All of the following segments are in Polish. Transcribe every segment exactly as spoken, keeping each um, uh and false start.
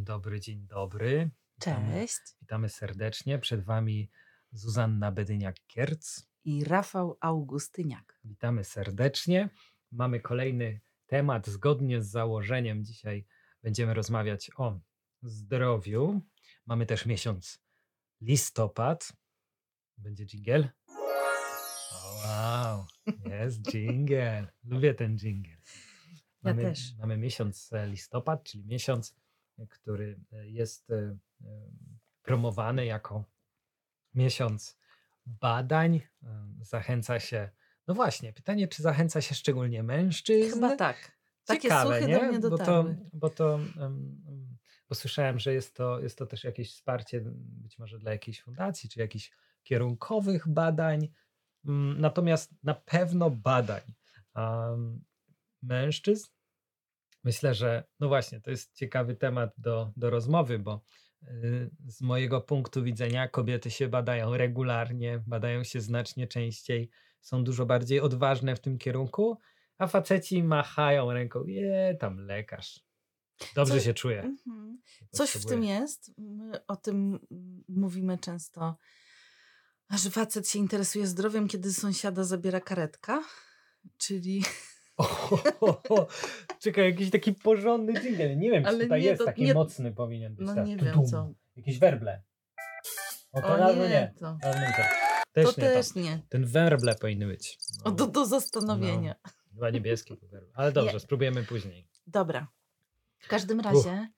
dobry, dzień dobry. Witamy, Cześć. witamy serdecznie. Przed Wami Zuzanna Bedyniak-Kierc. I Rafał Augustyniak. Witamy serdecznie. Mamy kolejny temat. Zgodnie z założeniem dzisiaj będziemy rozmawiać o zdrowiu. Mamy też miesiąc listopad. Będzie dżingiel? Wow, jest dżingiel. Lubię ten dżingiel. Ja Mamy, też. mamy miesiąc listopad, czyli miesiąc, który jest e, promowany jako miesiąc badań. E, Zachęca się, no właśnie, pytanie, czy zachęca się szczególnie mężczyzn? Chyba tak. Takie Ciekawe, słuchy nie? do mnie Bo to, dotarły. bo to um, bo słyszałem, że jest to, jest to też jakieś wsparcie być może dla jakiejś fundacji, czy jakichś kierunkowych badań. Um, natomiast na pewno badań um, mężczyzn. Myślę, że no właśnie, to jest ciekawy temat do, do rozmowy, bo y, z mojego punktu widzenia kobiety się badają regularnie, badają się znacznie częściej, są dużo bardziej odważne w tym kierunku, a faceci machają ręką, je tam lekarz, dobrze Co- się czuje. Mhm. nie Coś w potrzebuje. tym jest. My o tym mówimy często, że facet się interesuje zdrowiem, kiedy sąsiada zabiera karetka. Czyli O, ho, ho. Czekaj, jakiś taki porządny dżingiel, nie wiem, czy Ale tutaj nie, jest, to taki nie- mocny powinien być. no tak. nie Tudum. wiem co. Jakieś werble. O, to O na nie, nie. to, Ale nie to. Też to nie to. też nie. Ten werble powinny być. O, do, do zastanowienia. Chyba niebieskie to werble. Ale dobrze, Nie. spróbujemy później. Dobra. W każdym razie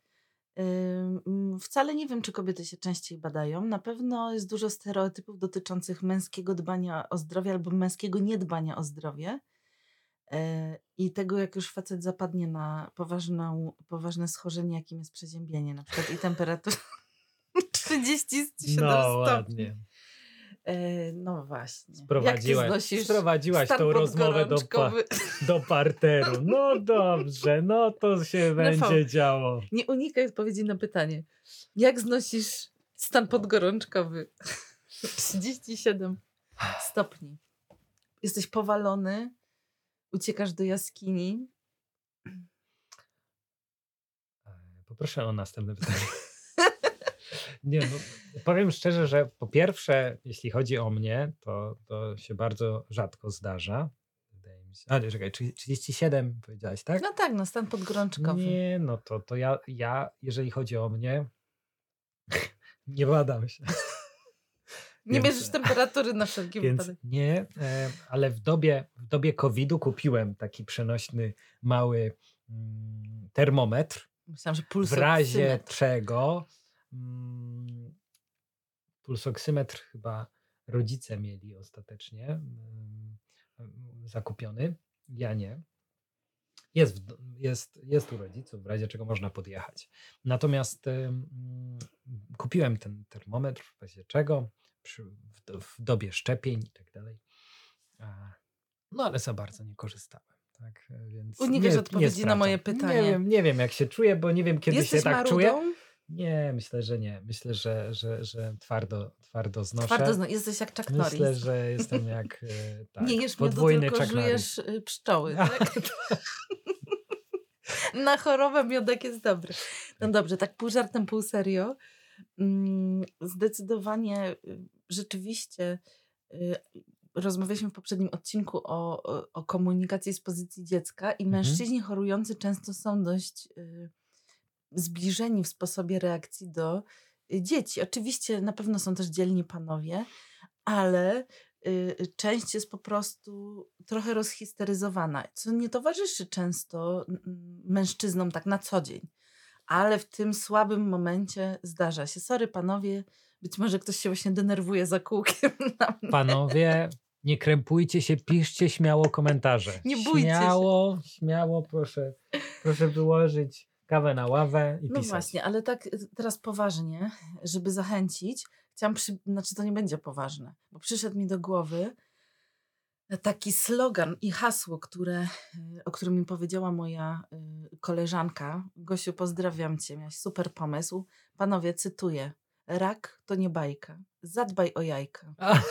ym, wcale nie wiem, czy kobiety się częściej badają. Na pewno jest dużo stereotypów dotyczących męskiego dbania o zdrowie albo męskiego niedbania o zdrowie. Yy, I tego, jak już facet zapadnie na poważną, poważne schorzenie, jakim jest przeziębienie, na przykład i temperatura trzydzieści siedem No stopni. ładnie. Yy, no właśnie. Sprowadziłaś, Jak ty znosisz sprowadziłaś stan tą rozmowę do, pa, podgorączkowy? do parteru. No dobrze, no to się Rafał, będzie działo. Nie unikaj odpowiedzi na pytanie. Jak znosisz stan podgorączkowy? trzydzieści siedem stopni. Jesteś powalony, uciekasz do jaskini. Poproszę o następne pytanie. Nie, no, powiem szczerze, że po pierwsze, jeśli chodzi o mnie, to, to się bardzo rzadko zdarza. Wydaje mi się. A nie, czekaj, trzydzieści siedem powiedziałaś, tak? No tak, no stan podgorączkowy. Nie, no to, to ja, ja, jeżeli chodzi o mnie, nie badam się. Nie Więc- mierzysz temperatury na wszelki Więc wypadek. nie, e, ale w dobie, w dobie kowida kupiłem taki przenośny mały mm, termometr. Myślałam, że W pulsoksymetr. razie czego mm, pulsoksymetr chyba rodzice mieli ostatecznie mm, zakupiony. Ja nie. Jest, w, do- jest, jest u rodziców, w razie czego można podjechać. Natomiast ym, kupiłem ten termometr w razie czego, przy, w, do- w dobie szczepień i tak dalej. A, No ale za bardzo nie korzystałem. Tak, e, więc Unikasz nie, odpowiedzi nie na moje sprawdzam. pytanie. Nie wiem, nie wiem jak się czuję, bo nie wiem kiedy Jesteś się tak marudą? czuję. Nie, myślę, że nie. Myślę, że, że, że twardo, twardo znoszę. Twardo zno... Jesteś jak Chuck Norris. Myślę, że jestem jak e, tak, Nie jesz miodu, podwójny tylko Chuck Norris. żujesz y, pszczoły, tak? Na chorobę miodek jest dobry. No dobrze, tak pół żartem, pół serio. Mm, Zdecydowanie y, rzeczywiście y, rozmawialiśmy w poprzednim odcinku o, o, o komunikacji z pozycji dziecka i Mhm. mężczyźni chorujący często są dość y, zbliżeni w sposobie reakcji do y, dzieci. Oczywiście na pewno są też dzielni panowie, ale y, część jest po prostu trochę rozhisteryzowana, co nie towarzyszy często mm, mężczyznom tak na co dzień. Ale w tym słabym momencie zdarza się. Sorry panowie, być może ktoś się właśnie denerwuje za kółkiem na mnie. Panowie, nie krępujcie się, piszcie śmiało komentarze. Nie bójcie się. śmiało, Śmiało, proszę, proszę wyłożyć kawę na ławę i No pisać. właśnie, ale tak y, teraz poważnie, żeby zachęcić, chciałam, przy... znaczy to nie będzie poważne, bo przyszedł mi do głowy taki slogan i hasło, które, y, o którym mi powiedziała moja y, koleżanka. Gosiu, pozdrawiam cię, miałaś super pomysł. Panowie, cytuję. Rak to nie bajka. Zadbaj o jajka. A,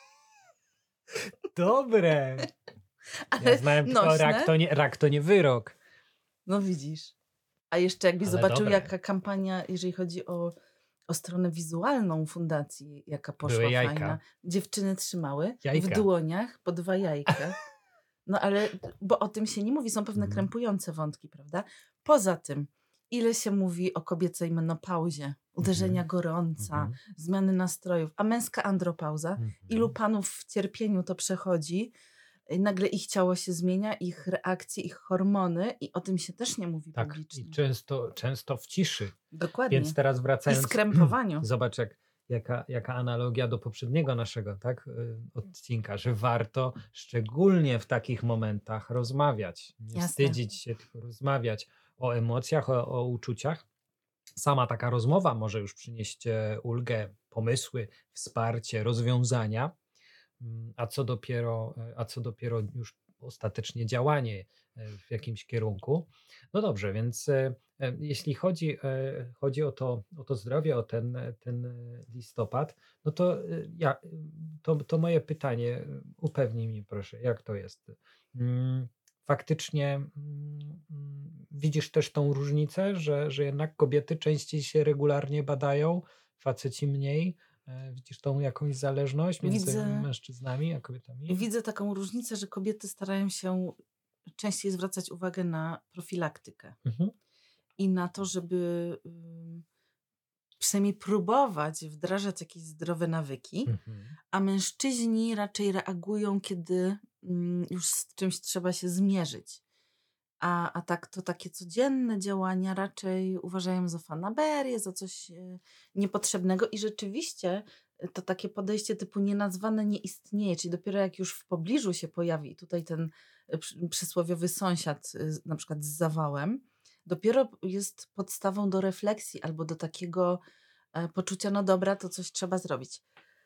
dobre. Ale Ja znałem tylko nośne? rak to, nie, rak to nie wyrok. No widzisz. A jeszcze jakbyś Ale zobaczył, dobre. jaka kampania, jeżeli chodzi o, o stronę wizualną fundacji, jaka Były poszła fajna. jajka. Dziewczyny trzymały w Jajka. dłoniach po dwa jajka. No ale, bo o tym się nie mówi, są pewne Mhm. krępujące wątki, prawda? Poza tym, ile się mówi o kobiecej menopauzie, uderzenia Mhm. gorąca, Mhm. zmiany nastrojów, a męska andropauza. Ilu Mhm. panów w cierpieniu to przechodzi, y, nagle ich ciało się zmienia, ich reakcje, ich hormony i o tym się też nie mówi Tak, i publicznie. często, często w ciszy. Więc Dokładnie. teraz I wracając, skrępowaniu. zobacz jak, jaka, jaka analogia do poprzedniego naszego tak, y, odcinka, że warto szczególnie w takich momentach rozmawiać, nie Jasne. wstydzić się, tylko rozmawiać o emocjach, o, o uczuciach. Sama taka rozmowa może już przynieść e, ulgę, pomysły, wsparcie, rozwiązania, Mm, a co dopiero, e, a co dopiero już ostatecznie działanie e, w jakimś kierunku. No dobrze, więc e, e, jeśli chodzi, e, chodzi o to, o to zdrowie, o ten, e, ten e, listopad, no to, e, ja, to, to moje pytanie, e, upewnij mnie proszę, jak to jest? Mm, Faktycznie mm, mm, widzisz też tą różnicę, że, że jednak kobiety częściej się regularnie badają, faceci mniej. E, Widzisz tą jakąś zależność między Widzę, mężczyznami a kobietami? widzę taką różnicę, że kobiety starają się częściej zwracać uwagę na profilaktykę Mhm. i na to, żeby ym, przynajmniej próbować wdrażać jakieś zdrowe nawyki, Mhm. a mężczyźni raczej reagują, kiedy mm, już z czymś trzeba się zmierzyć. A, a tak to takie codzienne działania raczej uważają za fanaberię, za coś e, niepotrzebnego i rzeczywiście e, to takie podejście typu nienazwane nie istnieje, czyli dopiero jak już w pobliżu się pojawi i tutaj ten e, przy- przysłowiowy sąsiad e, z- na przykład z zawałem, dopiero jest podstawą do refleksji albo do takiego e, poczucia, no dobra, to coś trzeba zrobić.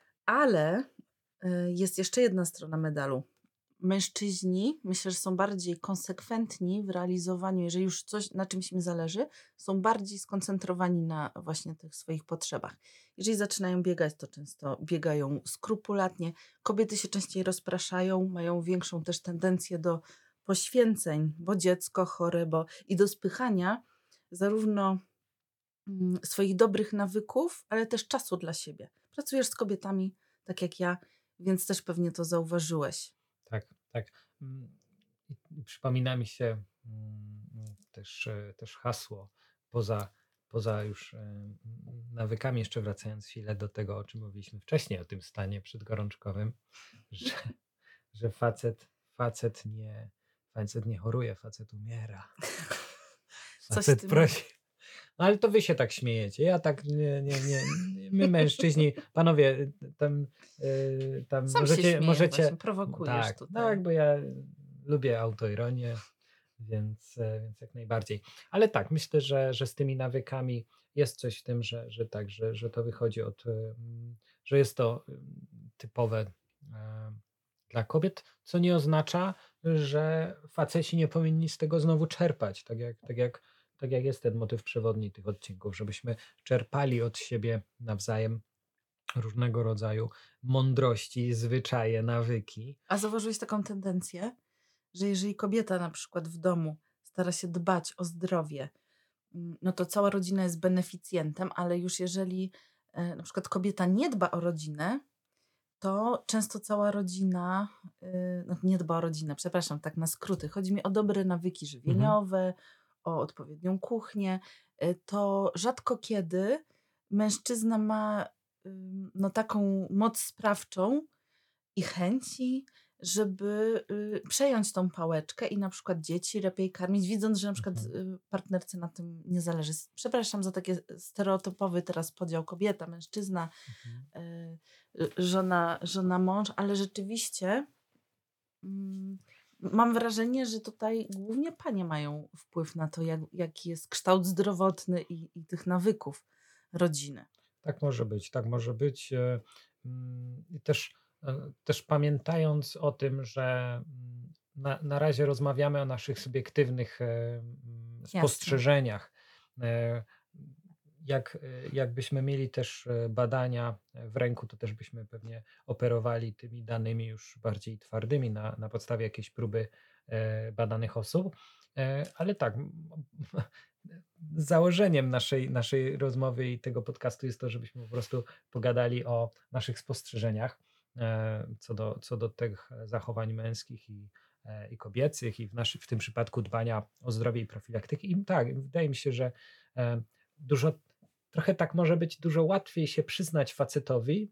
Ale e, jest jeszcze jedna strona medalu. Mężczyźni, myślę, że są bardziej konsekwentni w realizowaniu, jeżeli już coś na czymś im zależy, są bardziej skoncentrowani na właśnie tych swoich potrzebach. Jeżeli zaczynają biegać, to często biegają skrupulatnie. Kobiety się częściej rozpraszają, mają większą też tendencję do poświęceń, bo dziecko chore, bo i do spychania zarówno mm, swoich dobrych nawyków, ale też czasu dla siebie. Pracujesz z kobietami, tak jak ja, więc też pewnie to zauważyłeś. Tak, tak. Mm, i- i Przypomina mi się mm, też, e, też hasło poza, poza już e, m, nawykami, jeszcze wracając chwilę do tego, o czym mówiliśmy wcześniej, o tym stanie przedgorączkowym, że, że facet, facet nie, facet nie choruje, facet umiera. Coś w Facet tym jest. prosi. No ale to wy się tak śmiejecie. Ja tak nie, nie, nie. nie- My mężczyźni, panowie, tam, y, tam Sam się możecie, śmieję możecie. właśnie, prowokujesz Tak, tutaj. tak, bo ja lubię autoironię, więc, e, więc jak najbardziej. Ale tak, myślę, że, że z tymi nawykami jest coś w tym, że, że tak, że, że to wychodzi od, y, mm, że jest to y, typowe e, dla kobiet, co nie oznacza, że faceci nie powinni z tego znowu czerpać, tak jak, tak jak, tak jak jest ten motyw przewodni tych odcinków, żebyśmy czerpali od siebie nawzajem różnego rodzaju mądrości, zwyczaje, nawyki. A zauważyłeś taką tendencję, że jeżeli kobieta na przykład w domu stara się dbać o zdrowie, mm, no to cała rodzina jest beneficjentem, ale już jeżeli e, na przykład kobieta nie dba o rodzinę, to często cała rodzina, y, no nie dba o rodzinę, przepraszam, tak na skróty. Chodzi mi o dobre nawyki Mhm. żywieniowe, o odpowiednią kuchnię. Y, To rzadko kiedy mężczyzna ma ym, no, taką moc sprawczą i chęci, żeby y, przejąć tą pałeczkę i na przykład dzieci lepiej karmić, widząc, że na przykład Mhm. y, partnerce na tym nie zależy. S- Przepraszam za taki stereotypowy teraz podział kobieta, mężczyzna, Mhm. y, y, żona, żona, mąż, ale rzeczywiście mm, mam wrażenie, że tutaj głównie panie mają wpływ na to, jak, jaki jest kształt zdrowotny i, i tych nawyków rodziny. Tak może być, tak może być. e, mm, I też, e, też pamiętając o tym, że mm, na, na razie rozmawiamy o naszych subiektywnych e, mm, Jasne. spostrzeżeniach. e, Jak, e, jakbyśmy mieli też e, badania w ręku, to też byśmy pewnie operowali tymi danymi już bardziej twardymi na, na podstawie jakiejś próby e, badanych osób. E, Ale tak, m- założeniem naszej, naszej rozmowy i tego podcastu jest to, żebyśmy po prostu pogadali o naszych spostrzeżeniach e, co do, co do tych zachowań męskich i, e, i kobiecych i w, naszy, w tym przypadku dbania o zdrowie i profilaktyki. I tak, wydaje mi się, że e, dużo, trochę tak może być dużo łatwiej się przyznać facetowi,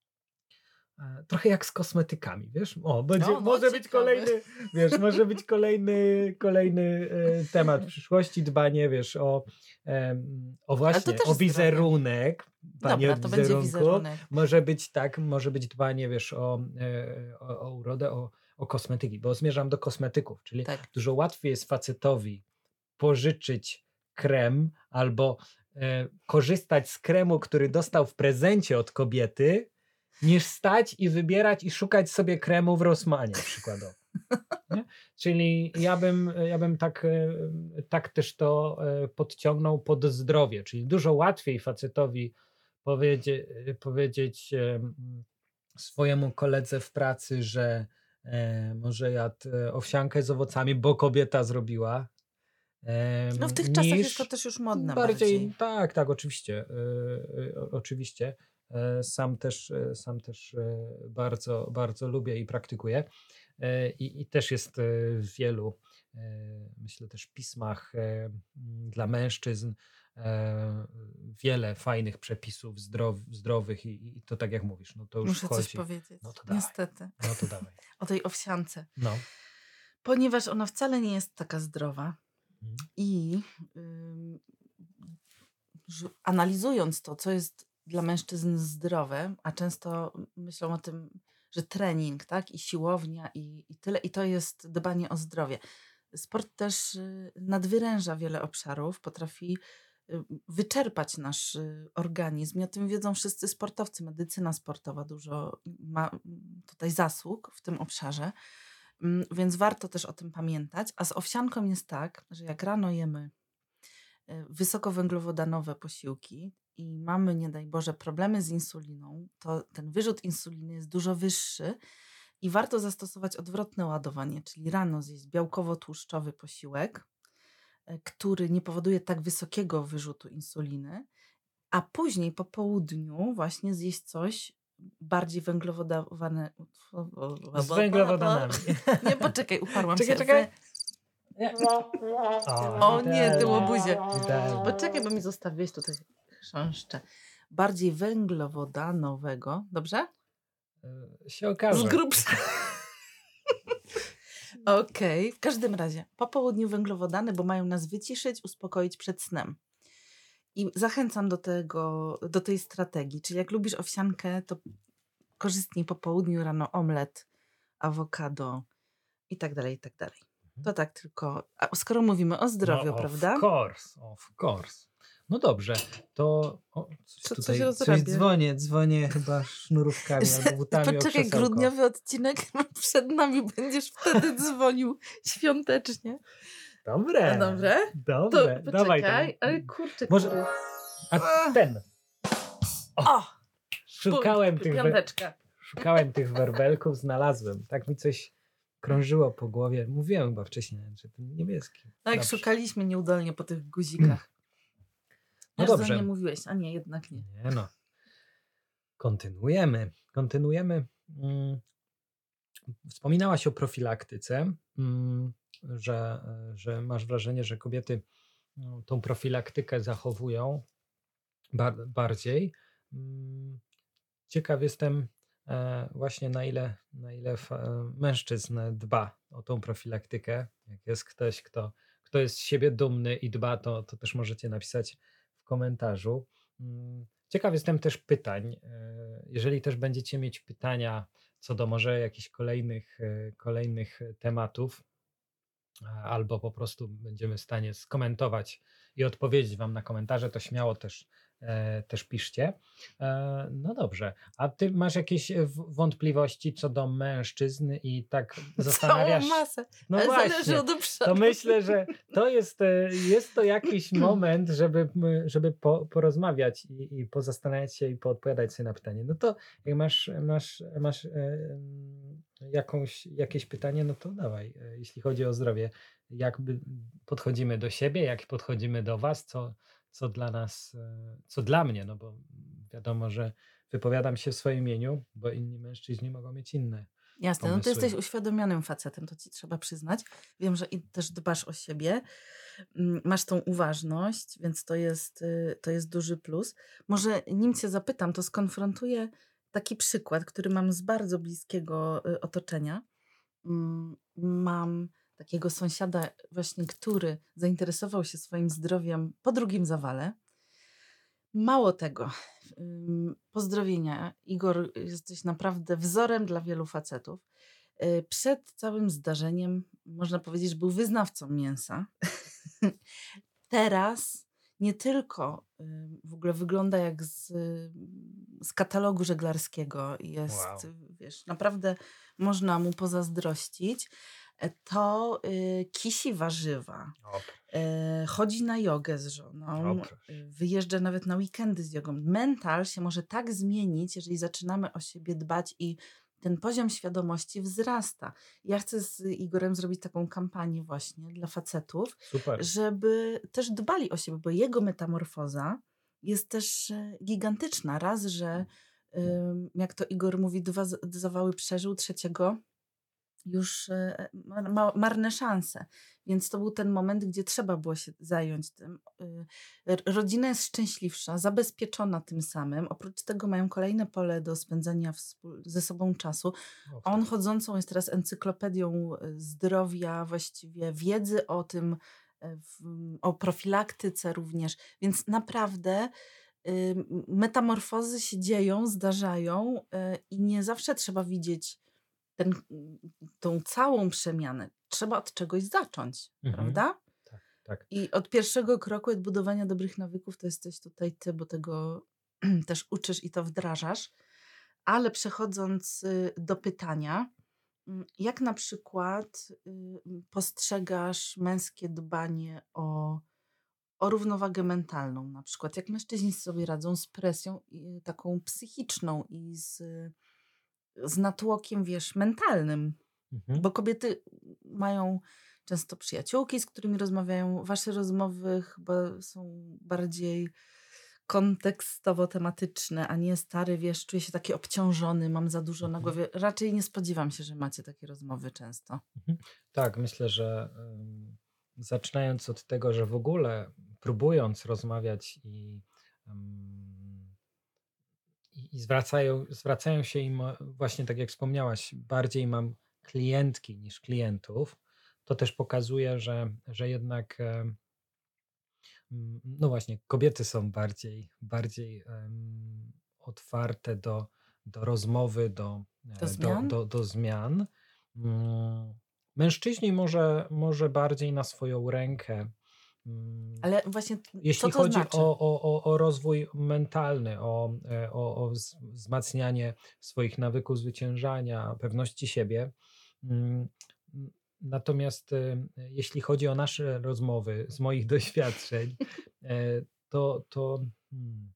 e, trochę jak z kosmetykami, wiesz? O, będzie, O, no, może być ciekawe. kolejny, wiesz, może być kolejny, kolejny e, temat w przyszłości, dbanie, wiesz, o, em, o Ale to właśnie, też o zdrowie. wizerunek, dbanie Dobra, o to będzie wizerunku. wizerunek. Może być tak, może być dbanie, wiesz, o, e, o, o urodę, o, o kosmetyki, bo zmierzam do kosmetyków, czyli Tak. dużo łatwiej jest facetowi pożyczyć krem albo e, korzystać z kremu, który dostał w prezencie od kobiety, niż stać i wybierać i szukać sobie kremu w Rossmanie przykładowo. Nie? Czyli ja bym, ja bym tak, e, tak też to e, podciągnął pod zdrowie, czyli dużo łatwiej facetowi powiedzie, powiedzieć e, swojemu koledze w pracy, że e, może jadł e, owsiankę z owocami, bo kobieta zrobiła, em, No w tych czasach jest to niż też już modne bardziej, bardziej. tak, tak, oczywiście, e, e, oczywiście. E, Sam też, e, sam też e, bardzo, bardzo lubię i praktykuję. E, I, i też jest e, w wielu, e, myślę też pismach e, m, dla mężczyzn e, wiele fajnych przepisów zdrow, zdrowych i, i to tak jak mówisz, no to już Muszę coś wchodzi. powiedzieć. No to dawaj, Niestety. no to dawaj. O tej owsiance. No. Ponieważ ona wcale nie jest taka zdrowa Mhm. i ym, że analizując to, co jest dla mężczyzn zdrowe, a często myślą o tym, że trening, tak, i siłownia i, i tyle, i to jest dbanie o zdrowie. Sport też y, nadwyręża wiele obszarów, potrafi y, wyczerpać nasz y, organizm i o tym wiedzą wszyscy sportowcy. Medycyna sportowa dużo ma mm, tutaj zasług w tym obszarze, Mm, więc warto też o tym pamiętać. A z owsianką jest tak, że jak rano jemy y, wysokowęglowodanowe posiłki i mamy, nie daj Boże, problemy z insuliną, to ten wyrzut insuliny jest dużo wyższy i warto zastosować odwrotne ładowanie, czyli rano zjeść białkowo-tłuszczowy posiłek, y, który nie powoduje tak wysokiego wyrzutu insuliny, a później po południu właśnie zjeść coś bardziej węglowodanowne. Z węglowodanami. Nie, poczekaj, uparłam Czekaj, się. czekaj. We- Nie. O nie, ty łobuzie. Idealnie. Poczekaj, bo mi zostawiłeś tutaj chrząszcze. Bardziej węglowodanowego, dobrze? E, Się Z okaże. grubsza. Okej, w każdym razie po południu węglowodany, bo mają nas wyciszyć, uspokoić przed snem. I zachęcam do tego, do tej strategii. Czyli jak lubisz owsiankę, to korzystniej po południu, rano omlet, awokado i tak dalej, i tak dalej. To tak tylko, a skoro mówimy o zdrowiu, No, prawda? of course, of course. No dobrze, to o, coś Co- coś tutaj, coś rozrabię. dzwonię, dzwonię chyba sznurówkami albo butami o Poczekaj, krzesełko. grudniowy odcinek przed nami, będziesz wtedy dzwonił świątecznie. Dobre, No dobre? To dobre, dawaj poczekaj, tam. ale kurczę, Może- który- A ten, O! szukałem punkt, tych, we, piąteczka. szukałem tych werbelków, znalazłem. Tak mi coś krążyło po głowie. Mówiłem chyba wcześniej, że ten niebieski. Tak, Dobrze. szukaliśmy nieudolnie po tych guzikach. No Aż za dobrze. nie mówiłeś, a nie, jednak nie. Nie no. Kontynuujemy. Kontynuujemy. Mm. Wspominałaś o profilaktyce, mm, że, że masz wrażenie, że kobiety no, tą profilaktykę zachowują bar- bardziej. Mm, Ciekaw jestem e, właśnie na ile, na ile fa- mężczyzn dba o tą profilaktykę. Jak jest ktoś, kto, kto jest z siebie dumny i dba, to, to też możecie napisać w komentarzu. Mm, Ciekaw jestem też pytań. e, Jeżeli też będziecie mieć pytania co do może jakichś kolejnych, e, kolejnych tematów, e, albo po prostu będziemy w stanie skomentować i odpowiedzieć Wam na komentarze, to śmiało też e, też piszcie. E, no dobrze, a ty masz jakieś e, w- wątpliwości co do mężczyzn i tak Całą zastanawiasz, masę, no ale zależy właśnie, od to obszaru. myślę, że to jest, e, jest to jakiś moment, żeby, m, żeby po, porozmawiać i, i pozastanawiać się i poodpowiadać sobie na pytanie. No to jak masz, masz, masz e, em, jakąś, jakieś pytanie, no to dawaj, e, jeśli chodzi o zdrowie. Jak by podchodzimy do siebie, jak podchodzimy do was, co, co dla nas, e, co dla mnie, no bo wiadomo, że wypowiadam się w swoim imieniu, bo inni mężczyźni mogą mieć inne Jasne, no ty pomysły. jesteś uświadomionym facetem, to ci trzeba przyznać. Wiem, że i też dbasz o siebie, mm, masz tą uważność, więc to jest, y, to jest duży plus. Może nim cię zapytam, to skonfrontuję taki przykład, który mam z bardzo bliskiego y, otoczenia. Mm, Mam takiego sąsiada właśnie, który zainteresował się swoim zdrowiem po drugim zawale. Mało tego, ym, pozdrowienia. Igor, jesteś naprawdę wzorem dla wielu facetów. Y, Przed całym zdarzeniem, można powiedzieć, że był wyznawcą mięsa. Teraz nie tylko y, w ogóle wygląda jak z, z katalogu żeglarskiego i jest, Wow. y, wiesz, naprawdę można mu pozazdrościć. E, To y, kisi warzywa, O, proszę, e, chodzi na jogę z o żoną, proszę. y, wyjeżdża nawet na weekendy z jogą. Mental się może tak zmienić, jeżeli zaczynamy o siebie dbać i ten poziom świadomości wzrasta. Ja chcę z Igorem zrobić taką kampanię właśnie dla facetów, Super. żeby też dbali o siebie, bo jego metamorfoza jest też e, gigantyczna. Raz, że ym, jak to Igor mówi, dwa z- zawały przeżył, trzeciego już e, ma, ma marne szanse. Więc to był ten moment, gdzie trzeba było się zająć tym. Y, r- Rodzina jest szczęśliwsza, zabezpieczona tym samym. Oprócz tego mają kolejne pole do spędzania wspól- ze sobą czasu. O, On tak. chodzącą jest teraz encyklopedią y, zdrowia, właściwie wiedzy o tym, y, w- o profilaktyce również. Więc naprawdę y, m- metamorfozy się dzieją, zdarzają y, i nie zawsze trzeba widzieć ten, tą całą przemianę. Trzeba od czegoś zacząć, Mhm. prawda? Tak, tak. I od pierwszego kroku, od budowania dobrych nawyków, to jesteś tutaj ty, bo tego też uczysz i to wdrażasz. Ale przechodząc y, do pytania, mm, jak na przykład y, postrzegasz męskie dbanie o, o równowagę mentalną, na przykład jak mężczyźni sobie radzą z presją y, taką psychiczną i z, z natłokiem, wiesz, mentalnym, Mhm. bo kobiety mają często przyjaciółki, z którymi rozmawiają. Wasze rozmowy chyba są bardziej kontekstowo-tematyczne, a nie stary, wiesz, czuję się taki obciążony, mam za dużo na Mhm. głowie. Raczej nie spodziewam się, że macie takie rozmowy często. Mhm. Tak, myślę, że em, zaczynając od tego, że w ogóle próbując rozmawiać i, em, i, i zwracają, zwracają się im, o- właśnie tak jak wspomniałaś, bardziej mam klientki niż klientów, to też pokazuje, że, że jednak em, mm, no właśnie, kobiety są bardziej, bardziej em, otwarte do, do rozmowy, do, Do e, do, zmian? do, do zmian. Mm, Mężczyźni może, może bardziej na swoją rękę. Mm, Ale właśnie co Jeśli to chodzi znaczy? o, o, o, o rozwój mentalny, o, e, o, o wz- wzmacnianie swoich nawyków zwyciężania, pewności siebie. mm, Natomiast e, jeśli chodzi o nasze rozmowy z moich doświadczeń, e, to, to, hmm,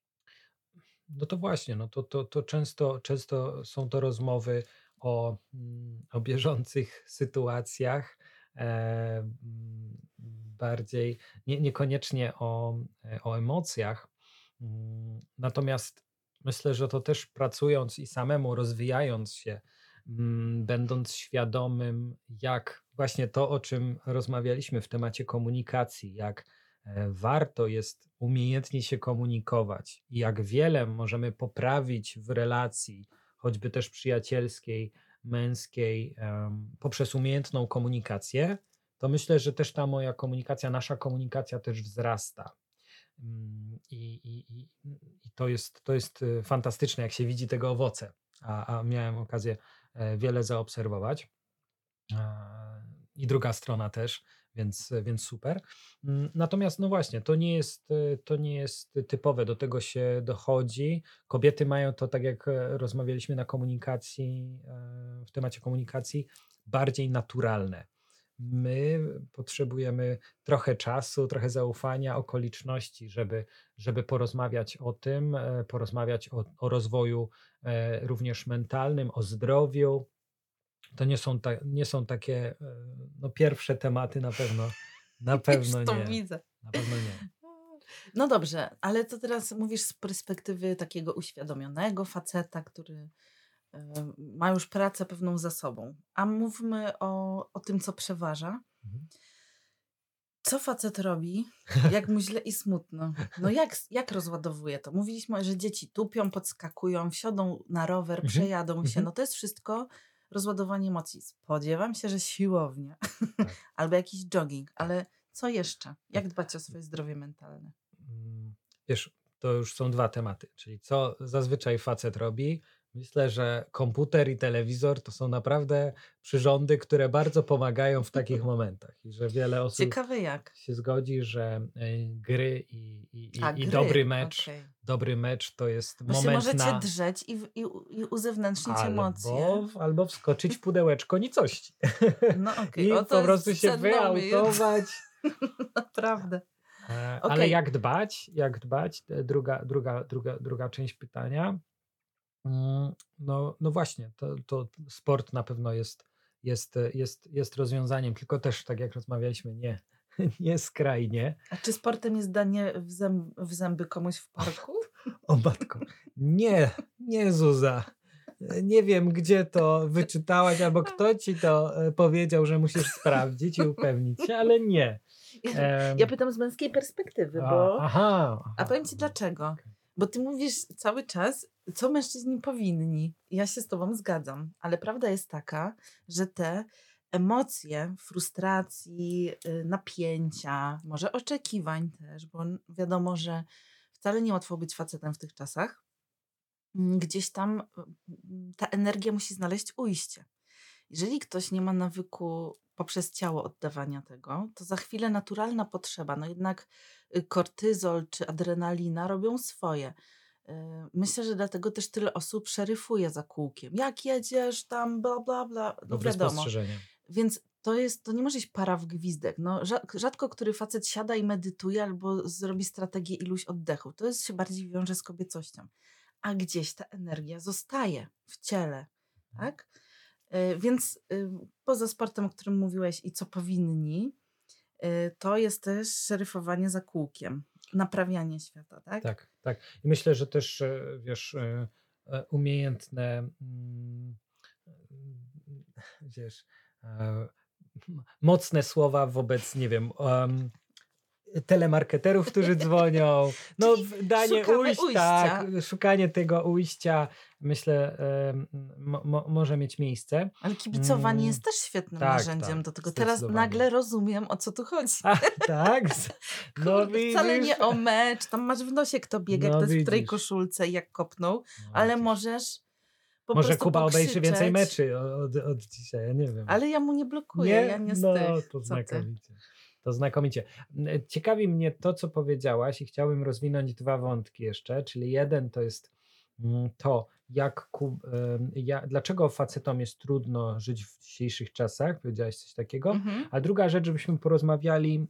no to właśnie, no to, to, to często, często są to rozmowy o, mm, o bieżących sytuacjach, e, mm, bardziej nie, niekoniecznie o, e, o emocjach. Mm, Natomiast myślę, że to też pracując i samemu rozwijając się, mm, będąc świadomym, jak właśnie to, o czym rozmawialiśmy w temacie komunikacji, jak e, warto jest umiejętnie się komunikować i jak wiele możemy poprawić w relacji, choćby też przyjacielskiej, męskiej, em, poprzez umiejętną komunikację, to myślę, że też ta moja komunikacja, nasza komunikacja też wzrasta. Mm, I, i, i, i to jest, to jest y, fantastyczne, jak się widzi tego owoce, a, a miałem okazję e, wiele zaobserwować. E, I druga strona też, więc, więc super. Mm, Natomiast no właśnie, to nie jest, e, to nie jest typowe, do tego się dochodzi. Kobiety mają to, tak jak e, rozmawialiśmy na komunikacji, e, w temacie komunikacji, bardziej naturalne. My potrzebujemy trochę czasu, trochę zaufania, okoliczności, żeby, żeby porozmawiać o tym, e, porozmawiać o, o rozwoju e, również mentalnym, o zdrowiu. To nie są, ta, nie są takie e, no, pierwsze tematy na pewno, na Już pewno to nie. widzę. Na pewno nie. No dobrze, ale to teraz mówisz z perspektywy takiego uświadomionego faceta, który e, ma już pracę pewną za sobą. A mówmy o, o tym, co przeważa. Mhm. Co facet robi, jak mu źle i smutno? No jak, jak rozładowuje to? Mówiliśmy, że dzieci tupią, podskakują, wsiądą na rower, Mhm. przejadą się. Mhm. No to jest wszystko rozładowanie emocji. Spodziewam się, że siłownia Tak. albo jakiś jogging, Tak. ale co jeszcze? Jak dbać o swoje zdrowie mentalne? Mm, Wiesz, to już są dwa tematy, czyli co zazwyczaj facet robi. Myślę, że komputer i telewizor to są naprawdę przyrządy, które bardzo pomagają w takich momentach i że wiele osób Ciekawe jak. się zgodzi, że y, gry i, i, A i, i gry, dobry mecz, okej. dobry mecz to jest Bo się moment możecie na drzeć i, w- i, u- i uzewnętrznić emocje. albo, albo wskoczyć w pudełeczko nicości No okej, i o to po prostu jest się cenna umiejętność. wyautować. Naprawdę. E, Ale Okej, jak dbać? Jak dbać? E, Druga, druga, druga, druga część pytania. Mm, No, no właśnie, to, to sport na pewno jest, jest, e, jest, jest rozwiązaniem, tylko też, tak jak rozmawialiśmy, nie, nie skrajnie. a czy sportem jest danie w, zęb, w zęby komuś w parku? O matko, nie, nie Zuza. E, Nie wiem, gdzie to wyczytałaś, albo kto ci to e, powiedział, że musisz sprawdzić i upewnić się, ale nie. Ja, ja Em, pytam z męskiej perspektywy, a, bo... aha, A aha. powiem ci dlaczego. Okej. Bo ty mówisz cały czas, co mężczyźni powinni. I ja się z tobą zgadzam. Ale prawda jest taka, że te emocje frustracji, y, napięcia, może oczekiwań też, bo n- wiadomo, że wcale nie łatwo być facetem w tych czasach, mm, gdzieś tam mm, ta energia musi znaleźć ujście. Jeżeli ktoś nie ma nawyku poprzez ciało oddawania tego, to za chwilę naturalna potrzeba, no jednak y, kortyzol czy adrenalina robią swoje. Y, Myślę, że dlatego też tyle osób szeryfuje za kółkiem. Jak jedziesz tam, bla, bla, bla. No Dobre wiadomo. spostrzeżenie. Więc to jest, to nie może iść para w gwizdek. No, rza- rzadko który facet siada i medytuje albo zrobi strategię iluś oddechów. To jest, się bardziej wiąże z kobiecością. A gdzieś ta energia zostaje w ciele, tak? Y, Więc y, poza sportem, o którym mówiłeś i co powinni, y, to jest też szeryfowanie za kółkiem, naprawianie świata, tak? Tak, tak. I myślę, że też, e, wiesz, e, e, umiejętne, mm, mm, wiesz, e, m- mocne słowa wobec, nie wiem, em, telemarketerów, którzy dzwonią, no Czyli w- danie szukamy ujść, tak, ujścia, szukanie tego ujścia, myślę, em, mo, mo, może mieć miejsce. ale kibicowanie Mm, jest też świetnym tak, narzędziem tak, do tego. Teraz zdecydowanie. nagle rozumiem, o co tu chodzi. A, tak, z- no Kurde, wcale widzisz, nie o mecz, tam masz w nosie, kto biega, no kto jest w której widzisz, koszulce i jak kopnął, no ale widzisz. możesz po Może prostu Kuba obejrzy więcej pokrzyczeć. meczy od, od dzisiaj, ja nie wiem. Ale ja mu nie blokuję, ja Nie? nie z No, tych. to Co ty? znakomicie. To znakomicie. M, Ciekawi mnie to, co powiedziałaś i chciałbym rozwinąć dwa wątki jeszcze, czyli jeden to jest mm, to, jak, ku- em, ja, dlaczego facetom jest trudno żyć w dzisiejszych czasach, powiedziałaś coś takiego, Mhm. a druga rzecz, żebyśmy porozmawiali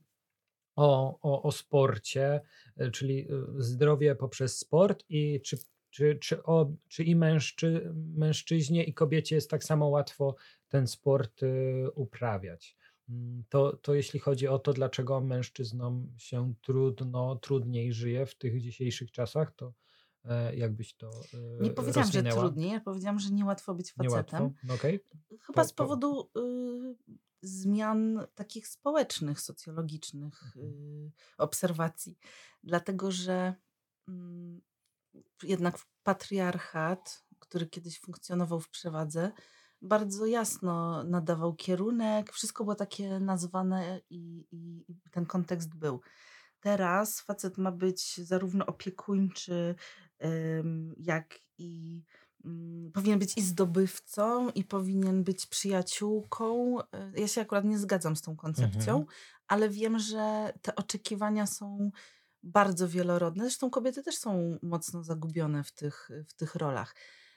o, o, o sporcie, e, czyli e, zdrowie poprzez sport i czy, czy, czy, o, czy i mężczy, mężczyźnie i kobiecie jest tak samo łatwo ten sport e, uprawiać. Mm, To, to jeśli chodzi o to, dlaczego mężczyznom się trudno, trudniej żyje w tych dzisiejszych czasach, to e, jakbyś to Nie e, powiedziałam, że rozwinęła? trudniej, ja powiedziałam, że niełatwo być Niełatwo? facetem. No okej. Chyba Po, z po, powodu y, zmian takich społecznych, socjologicznych mhm. y, obserwacji. Dlatego, że mm, jednak patriarchat, który kiedyś funkcjonował w przewadze, bardzo jasno nadawał kierunek, wszystko było takie nazwane i, i, i ten kontekst był. Teraz facet ma być zarówno opiekuńczy, ym, jak i mm, powinien być i zdobywcą, i powinien być przyjaciółką. Y, Ja się akurat nie zgadzam z tą koncepcją, Mhm. ale wiem, że te oczekiwania są bardzo wielorodne. Zresztą kobiety też są mocno zagubione w tych, w tych rolach.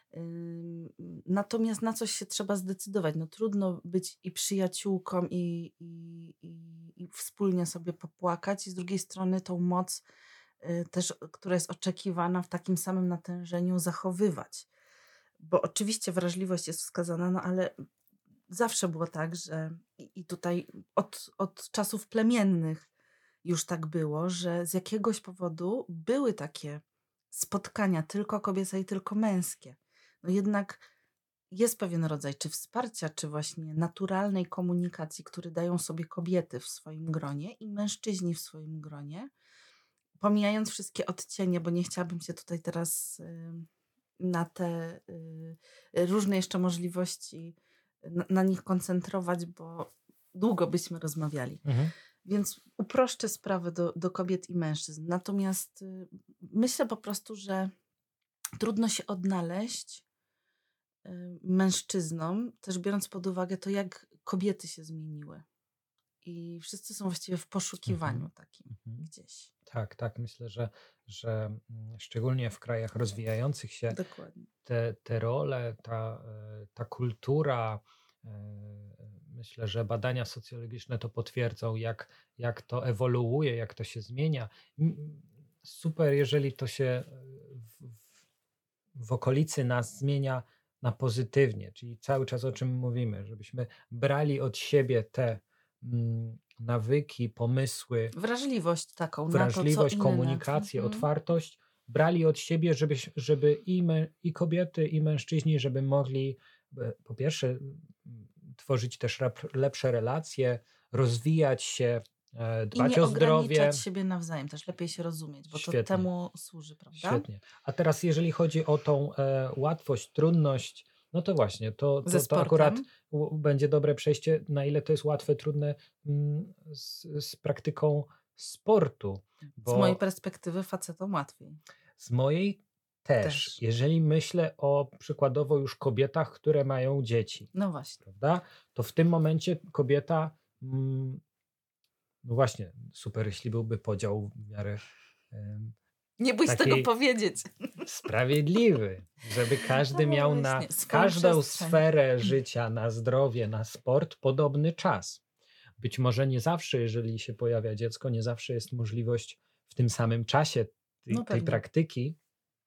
Ym, Natomiast na coś się trzeba zdecydować. No trudno być i przyjaciółką, i, i, i, i wspólnie sobie popłakać, i z drugiej strony tą moc y, też, która jest oczekiwana w takim samym natężeniu, zachowywać. Bo oczywiście wrażliwość jest wskazana, no ale zawsze było tak, że i i tutaj od, od czasów plemiennych już tak było, że z jakiegoś powodu były takie spotkania tylko kobiece i tylko męskie. No jednak jest pewien rodzaj czy wsparcia, czy właśnie naturalnej komunikacji, który dają sobie kobiety w swoim gronie i mężczyźni w swoim gronie, pomijając wszystkie odcienie, bo nie chciałabym się tutaj teraz y, na te y, różne jeszcze możliwości, na, na nich koncentrować, bo długo byśmy rozmawiali. Mhm. Więc uproszczę sprawę do, do kobiet i mężczyzn. Natomiast y, myślę po prostu, że trudno się odnaleźć y, mężczyznom, też biorąc pod uwagę to, jak kobiety się zmieniły. I wszyscy są właściwie w poszukiwaniu Mhm. takim Mhm. gdzieś. Tak, tak. Myślę, że, że mm, szczególnie w krajach rozwijających się Dokładnie. te, te role, ta, e, ta kultura, e, myślę, że badania socjologiczne to potwierdzą, jak, jak to ewoluuje, jak to się zmienia. M- Super, jeżeli to się e, w, w, w okolicy nas zmienia na pozytywnie, czyli cały czas o czym mówimy, żebyśmy brali od siebie te mm, nawyki, pomysły, Wrażliwość taką na to, co wrażliwość, inne. komunikację, Mhm. otwartość brali od siebie, żeby, żeby i, mę, i kobiety, i mężczyźni, żeby mogli e, po pierwsze m, tworzyć też rep- lepsze relacje, rozwijać się, e, I dbać nie o ograniczać zdrowie. siebie nawzajem, też lepiej się rozumieć, bo to Świetnie, temu służy, prawda? świetnie. A teraz jeżeli chodzi o tą e, łatwość, trudność, no to właśnie, to, Ze to, to akurat sportem. u, będzie dobre przejście, na ile to jest łatwe, trudne mm, z, z praktyką sportu, Z mojej bo perspektywy facetom łatwiej. z mojej też, Też. jeżeli myślę o przykładowo już kobietach, które mają dzieci, No właśnie. prawda? To w tym momencie kobieta, mm, no właśnie, super, jeśli byłby podział w miarę em, Nie bój się tego takiej powiedzieć. sprawiedliwy, żeby każdy No miał na właśnie, swoją każdą przestrzeń. sferę życia, na zdrowie, na sport podobny czas. Być może nie zawsze, jeżeli się pojawia dziecko, nie zawsze jest możliwość w tym samym czasie tej, No tej pewnie. praktyki,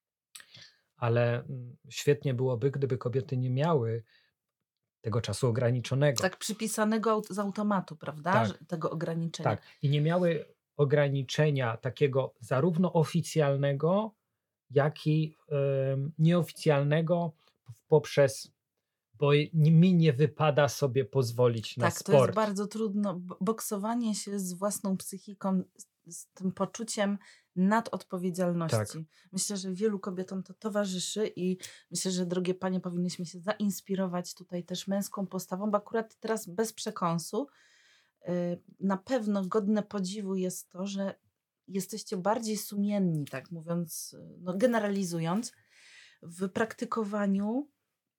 ale mm, świetnie byłoby, gdyby kobiety nie miały tego czasu ograniczonego. Tak przypisanego aut- z automatu, prawda? Że- Tak, Tego ograniczenia. tak. I nie miały ograniczenia takiego zarówno oficjalnego, jak i em, nieoficjalnego poprzez, bo nie- mi nie wypada sobie pozwolić na Tak, to jest sport. bardzo trudno. Bo- Boksowanie się z własną psychiką, z, z tym poczuciem Tak, nadodpowiedzialności. Myślę, że wielu kobietom to towarzyszy i myślę, że drogie panie, powinnyśmy się zainspirować tutaj też męską postawą, bo akurat teraz bez przekąsu y, na pewno godne podziwu jest to, że jesteście bardziej sumienni, tak mówiąc, y, no generalizując, w praktykowaniu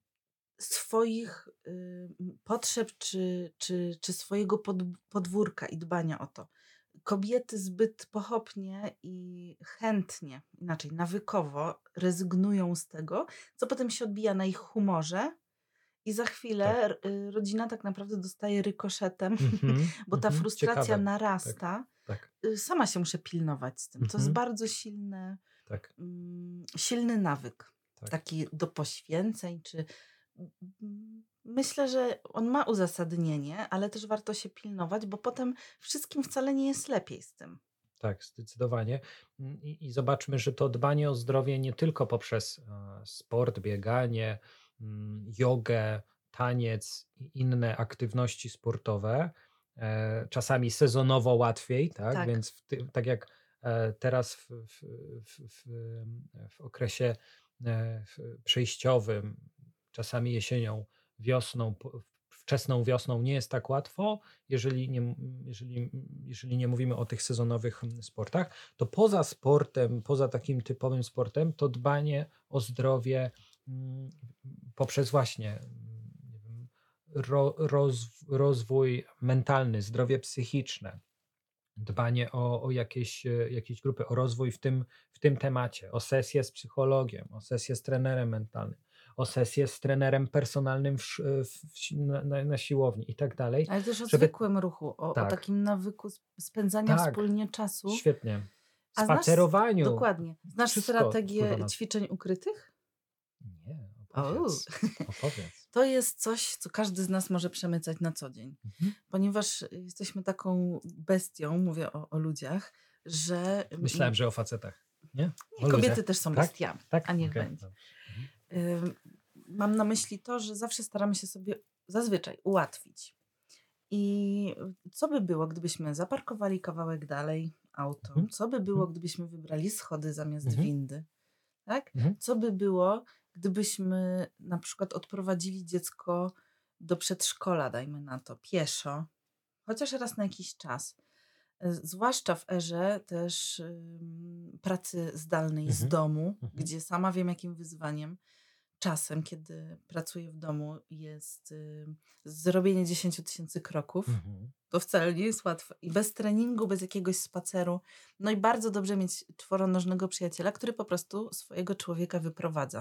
swoich y, potrzeb czy, czy, czy swojego pod, podwórka i dbania o to. Kobiety zbyt pochopnie i chętnie, inaczej nawykowo rezygnują z tego, co potem się odbija na ich humorze i za chwilę tak. r- y, rodzina tak naprawdę dostaje rykoszetem, Mhm, bo ta mhm, frustracja ciekawe. Tak, narasta. tak. Y, Sama się muszę pilnować z tym. To jest Mhm, bardzo silny, tak, mm, silny nawyk, tak. taki do poświęceń, czy mm, myślę, że on ma uzasadnienie, ale też warto się pilnować, bo potem wszystkim wcale nie jest lepiej z tym. Tak, zdecydowanie. Mm, I, I zobaczmy, że to dbanie o zdrowie nie tylko poprzez e, sport, bieganie, mm, jogę, taniec i inne aktywności sportowe, e, czasami sezonowo łatwiej, tak? Tak, Więc w ty, tak jak e, teraz w, w, w, w, w okresie e, w- przejściowym, czasami jesienią, wiosną, po- wczesną wiosną nie jest tak łatwo, jeżeli nie, jeżeli, jeżeli nie mówimy o tych sezonowych sportach, to poza sportem, poza takim typowym sportem, to dbanie o zdrowie mm, poprzez właśnie mm, nie wiem, ro, roz, rozwój mentalny, zdrowie psychiczne, dbanie o, o jakieś, e, jakieś grupy, o rozwój w tym, w tym temacie, o sesję z psychologiem, o sesję z trenerem mentalnym, o sesję z trenerem personalnym w, sz- w, w, na, na na siłowni i tak dalej, Ale też o żeby zwykłym ruchu, o, o tak, takim nawyku sp- spędzania tak, wspólnie czasu. świetnie. A znasz, s- Spacerowaniu, dokładnie, znasz wszystko wpływa strategię na to. ćwiczeń ukrytych? Nie, O, opowiedz, opowiedz. to jest coś, co każdy z nas może przemycać na co dzień, Mhm. ponieważ jesteśmy taką bestią, mówię o, o ludziach, że Myślałem, że o facetach. Nie? Nie, O kobiety ludziach. też są Tak? bestiami, Tak? a niech Okej, będzie. dobrze. Mhm. Ym, Mam na myśli to, że zawsze staramy się sobie zazwyczaj ułatwić. I co by było, gdybyśmy zaparkowali kawałek dalej auto? Mhm. Co by było, Mhm. gdybyśmy wybrali schody zamiast Mhm. windy? Tak? Mhm. Co by było, gdybyśmy na przykład odprowadzili dziecko do przedszkola, dajmy na to, pieszo, chociaż raz na jakiś czas. E, Zwłaszcza w erze też ym, pracy zdalnej z Mhm. domu, Mhm. gdzie sama wiem, jakim wyzwaniem czasem, kiedy pracuję w domu, jest ym, zrobienie dziesięć tysięcy kroków. Mhm. To wcale nie jest łatwe. I bez treningu, bez jakiegoś spaceru. No i bardzo dobrze mieć czworonożnego przyjaciela, który po prostu swojego człowieka wyprowadza.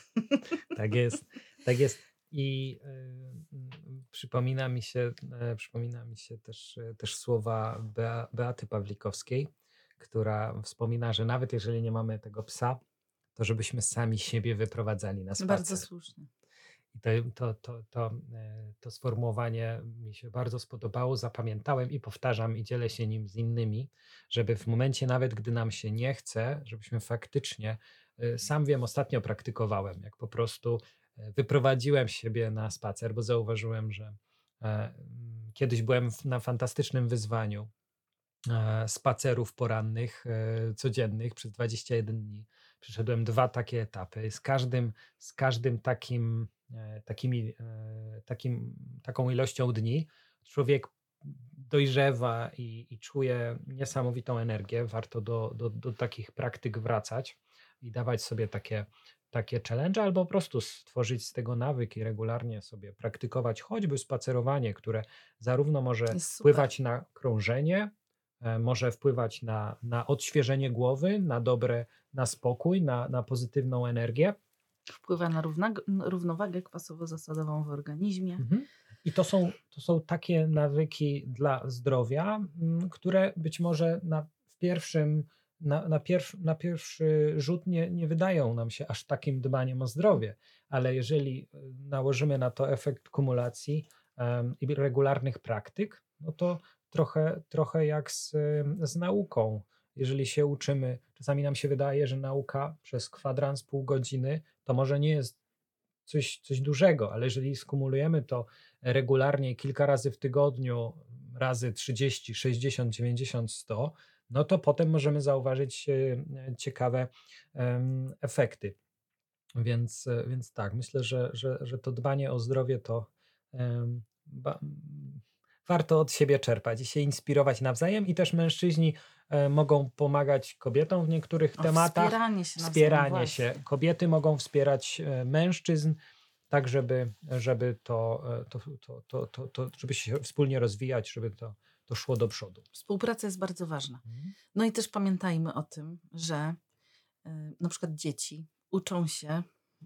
Tak jest, tak jest. I y, y, przypomina mi się, y, przypomina mi się też, y, też słowa Bea, Beaty Pawlikowskiej, która wspomina, że nawet jeżeli nie mamy tego psa, to żebyśmy sami siebie wyprowadzali na Bardzo spacer. słusznie. I to, to, to, to, e, to sformułowanie mi się bardzo spodobało, zapamiętałem i powtarzam i dzielę się nim z innymi, żeby w momencie nawet, gdy nam się nie chce, żebyśmy faktycznie, e, sam wiem, ostatnio praktykowałem, jak po prostu e, wyprowadziłem siebie na spacer, bo zauważyłem, że e, mm, kiedyś byłem w- na fantastycznym wyzwaniu e, spacerów porannych, e, codziennych przez dwadzieścia jeden dni. Przeszedłem dwa takie etapy. Z każdym, z każdym takim, e, takimi, e, takim, taką ilością dni człowiek dojrzewa i, i czuje niesamowitą energię. Warto do, do, do takich praktyk wracać i dawać sobie takie, takie challenge, albo po prostu stworzyć z tego nawyk i regularnie sobie praktykować choćby spacerowanie, które zarówno może Jest super. wpływać na krążenie, e, może wpływać na, na odświeżenie głowy, na dobre, na spokój, na, na pozytywną energię. Wpływa na równag- równowagę kwasowo-zasadową w organizmie. Mhm. I to są, to są takie nawyki dla zdrowia, mm, które być może na, w pierwszym, na, na, pierw, na pierwszy rzut nie, nie wydają nam się aż takim dbaniem o zdrowie, ale jeżeli y, nałożymy na to efekt kumulacji em, i regularnych praktyk, no to trochę, trochę jak z, em, z nauką. Jeżeli się uczymy, czasami nam się wydaje, że nauka przez kwadrans, pół godziny, to może nie jest coś, coś dużego, ale jeżeli skumulujemy to regularnie kilka razy w tygodniu, razy trzydzieści, sześćdziesiąt, dziewięćdziesiąt, sto, no to potem możemy zauważyć e, ciekawe em, efekty. Więc, e, więc tak, myślę, że, że, że to dbanie o zdrowie to em, ba, m, warto od siebie czerpać i się inspirować nawzajem, i też mężczyźni e, mogą pomagać kobietom w niektórych O tematach. wspieranie się nawzajem, Wspieranie się. właśnie. Kobiety mogą wspierać e, mężczyzn, tak żeby, żeby to, e, to, to, to, to, to, żeby się wspólnie rozwijać, żeby to, to szło do przodu. Współpraca jest bardzo ważna. Mhm. No i też pamiętajmy o tym, że y, na przykład dzieci uczą się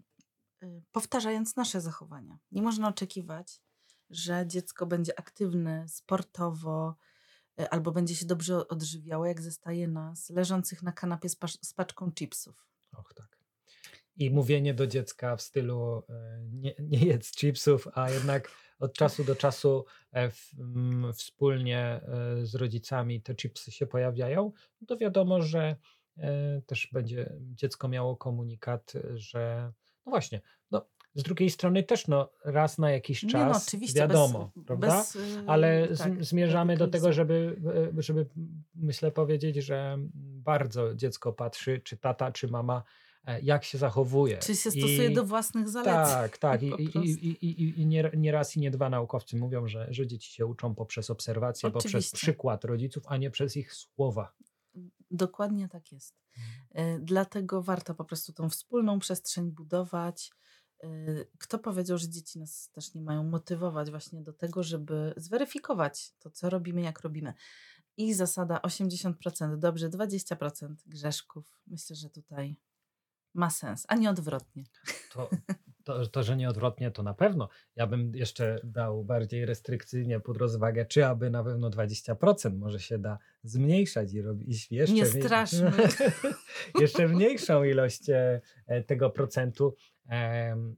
y, powtarzając nasze zachowania. Nie można oczekiwać, że dziecko będzie aktywne sportowo y, albo będzie się dobrze odżywiało, jak zostaje nas leżących na kanapie z, pasz- z paczką chipsów. Och, tak. I mówienie do dziecka w stylu e, nie, nie jedz chipsów, a jednak od czasu do czasu e, w, m, wspólnie e, z rodzicami te chipsy się pojawiają, no to wiadomo, że e, też będzie dziecko miało komunikat, e, że no właśnie, no z drugiej strony też no raz na jakiś Nie, no czas oczywiście, bez, wiadomo, prawda? bez y, Ale tak, z, zmierzamy do tego, radykalizowania. żeby, e, żeby myślę powiedzieć, że bardzo dziecko patrzy, czy tata, czy mama, e, jak się zachowuje. Czy się stosuje do I własnych zaleceń tak, tak. I, po i, i, prostu. i, i- i nie, nie raz i nie dwa naukowcy mówią, że, że dzieci się uczą poprzez obserwację, poprzez Oczywiście. przykład rodziców, a nie przez ich słowa. Dokładnie tak jest. Y, Dlatego warto po prostu tą wspólną przestrzeń budować. Y, Kto powiedział, że dzieci nas też nie mają motywować właśnie do tego, żeby zweryfikować to, co robimy, jak robimy. I zasada osiemdziesiąt procent dobrze, dwadzieścia procent grzeszków. Myślę, że tutaj ma sens, a nie odwrotnie. To, to, to, że nie odwrotnie, to na pewno. Ja bym jeszcze dał bardziej restrykcyjnie pod rozwagę, czy aby na pewno dwadzieścia procent może się da zmniejszać i robić jeszcze, Nie mniej- straszmy. jeszcze mniejszą ilość e, e, tego procentu, em,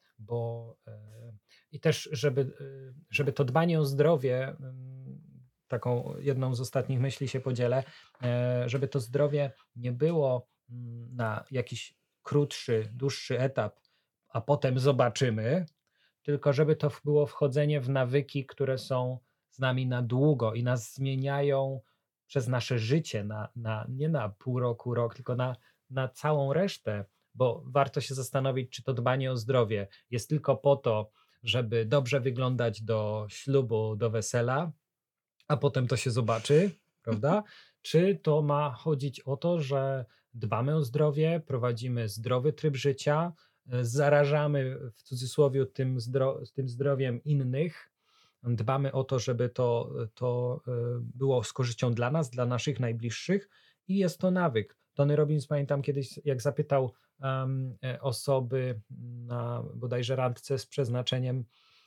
bo e, i też, żeby, e, żeby to dbanie o zdrowie, em, taką jedną z ostatnich myśli się podzielę, e, żeby to zdrowie nie było mm, na jakiś krótszy, dłuższy etap, a potem zobaczymy, tylko żeby to w- było wchodzenie w nawyki, które są z nami na długo i nas zmieniają przez nasze życie, na, na, nie na pół roku, rok, tylko na, na całą resztę, bo warto się zastanowić, czy to dbanie o zdrowie jest tylko po to, żeby dobrze wyglądać do ślubu, do wesela, a potem to się zobaczy, prawda? Czy to ma chodzić o to, że dbamy o zdrowie, prowadzimy zdrowy tryb życia, e, zarażamy w cudzysłowie tym, zdro, tym zdrowiem innych, dbamy o to, żeby to, to e, było z korzyścią dla nas, dla naszych najbliższych i jest to nawyk. Tony Robbins, pamiętam kiedyś, jak zapytał um, e, osoby na bodajże randce z przeznaczeniem,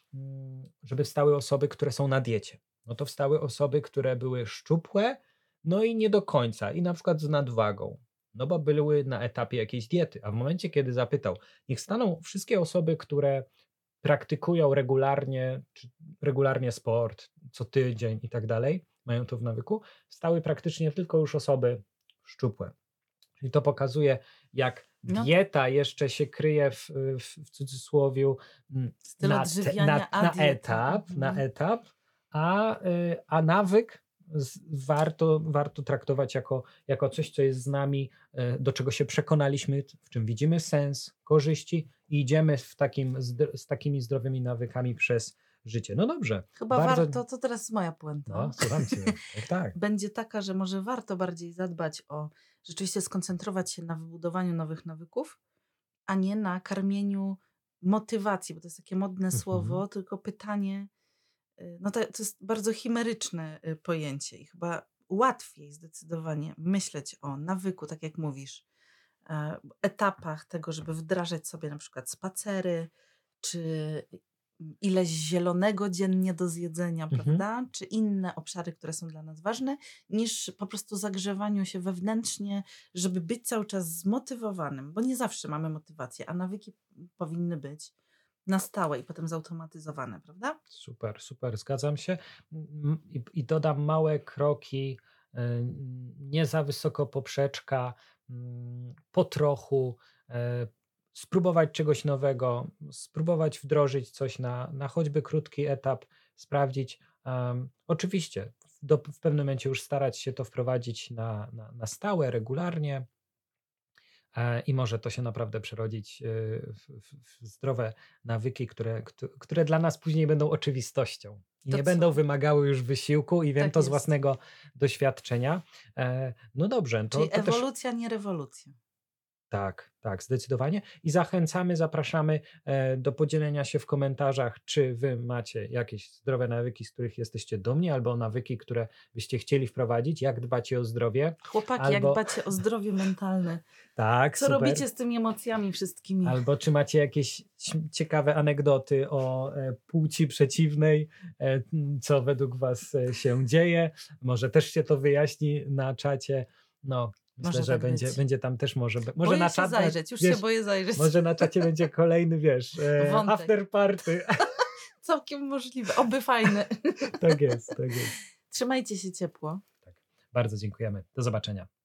mm, żeby wstały osoby, które są na diecie. No to wstały osoby, które były szczupłe, no i nie do końca, i na przykład z nadwagą, no bo były na etapie jakiejś diety. A w momencie, kiedy zapytał, niech staną wszystkie osoby, które praktykują regularnie, czy regularnie sport, co tydzień i tak dalej, mają to w nawyku, stały praktycznie tylko już osoby szczupłe. Czyli to pokazuje, jak No dieta jeszcze się kryje w, w, w cudzysłowiu mm, Styl na, te, odżywiania, na, a na dieta. etap, na Mhm. etap, a, y, a nawyk z, warto, warto traktować jako, jako coś, co jest z nami, y, do czego się przekonaliśmy, w czym widzimy sens, korzyści i idziemy w takim, zdr- z takimi zdrowymi nawykami przez życie. No dobrze, Chyba bardzo... warto, to teraz moja puenta. No, słucham cię. Tak, tak. Będzie taka, że może warto bardziej zadbać o, rzeczywiście skoncentrować się na wybudowaniu nowych nawyków, a nie na karmieniu motywacji, bo to jest takie modne Mhm. słowo, tylko pytanie, y, no to, to jest bardzo chimeryczne y, pojęcie i chyba łatwiej zdecydowanie myśleć o nawyku, tak jak mówisz, e, etapach tego, żeby wdrażać sobie na przykład spacery, czy ileś zielonego dziennie do zjedzenia, Mhm. prawda? Czy inne obszary, które są dla nas ważne, niż po prostu zagrzewaniu się wewnętrznie, żeby być cały czas zmotywowanym, bo nie zawsze mamy motywację, a nawyki powinny być na stałe i potem zautomatyzowane, prawda? Super, super, zgadzam się. Mm, I, i dodam małe kroki, y, nie za wysoko poprzeczka, mm, po trochu, e, spróbować czegoś nowego, spróbować wdrożyć coś na, na choćby krótki etap, sprawdzić. Em, oczywiście do, w pewnym momencie już starać się to wprowadzić na, na, na stałe, regularnie. E, I może to się naprawdę przerodzić e, w, w, w zdrowe nawyki, które, któ- które dla nas później będą oczywistością i To nie co? będą wymagały już wysiłku i wiem Tak to z jest. własnego doświadczenia. E, No dobrze, to, Czyli to też ewolucja, nie rewolucja. tak, tak, zdecydowanie. I zachęcamy, zapraszamy e, do podzielenia się w komentarzach, czy wy macie jakieś zdrowe nawyki, z których jesteście dumni, albo nawyki, które byście chcieli wprowadzić, jak dbacie o zdrowie, Chłopaki, jak albo dbacie o zdrowie mentalne? tak, Co super. robicie z tymi emocjami wszystkimi? Albo czy macie jakieś ć- ciekawe anegdoty o e, płci przeciwnej, e, m, co według was e, się dzieje? Może też się to wyjaśni na czacie. No, myślę, Może że tak będzie, być. będzie tam też może. be- Może Boję na się czat, zajrzeć, już wiesz, się boję zajrzeć. może na czacie będzie kolejny, wiesz, e, Wątek. after party. Całkiem możliwe. Oby fajne. Tak jest, tak jest. Trzymajcie się ciepło. Bardzo dziękujemy. Do zobaczenia.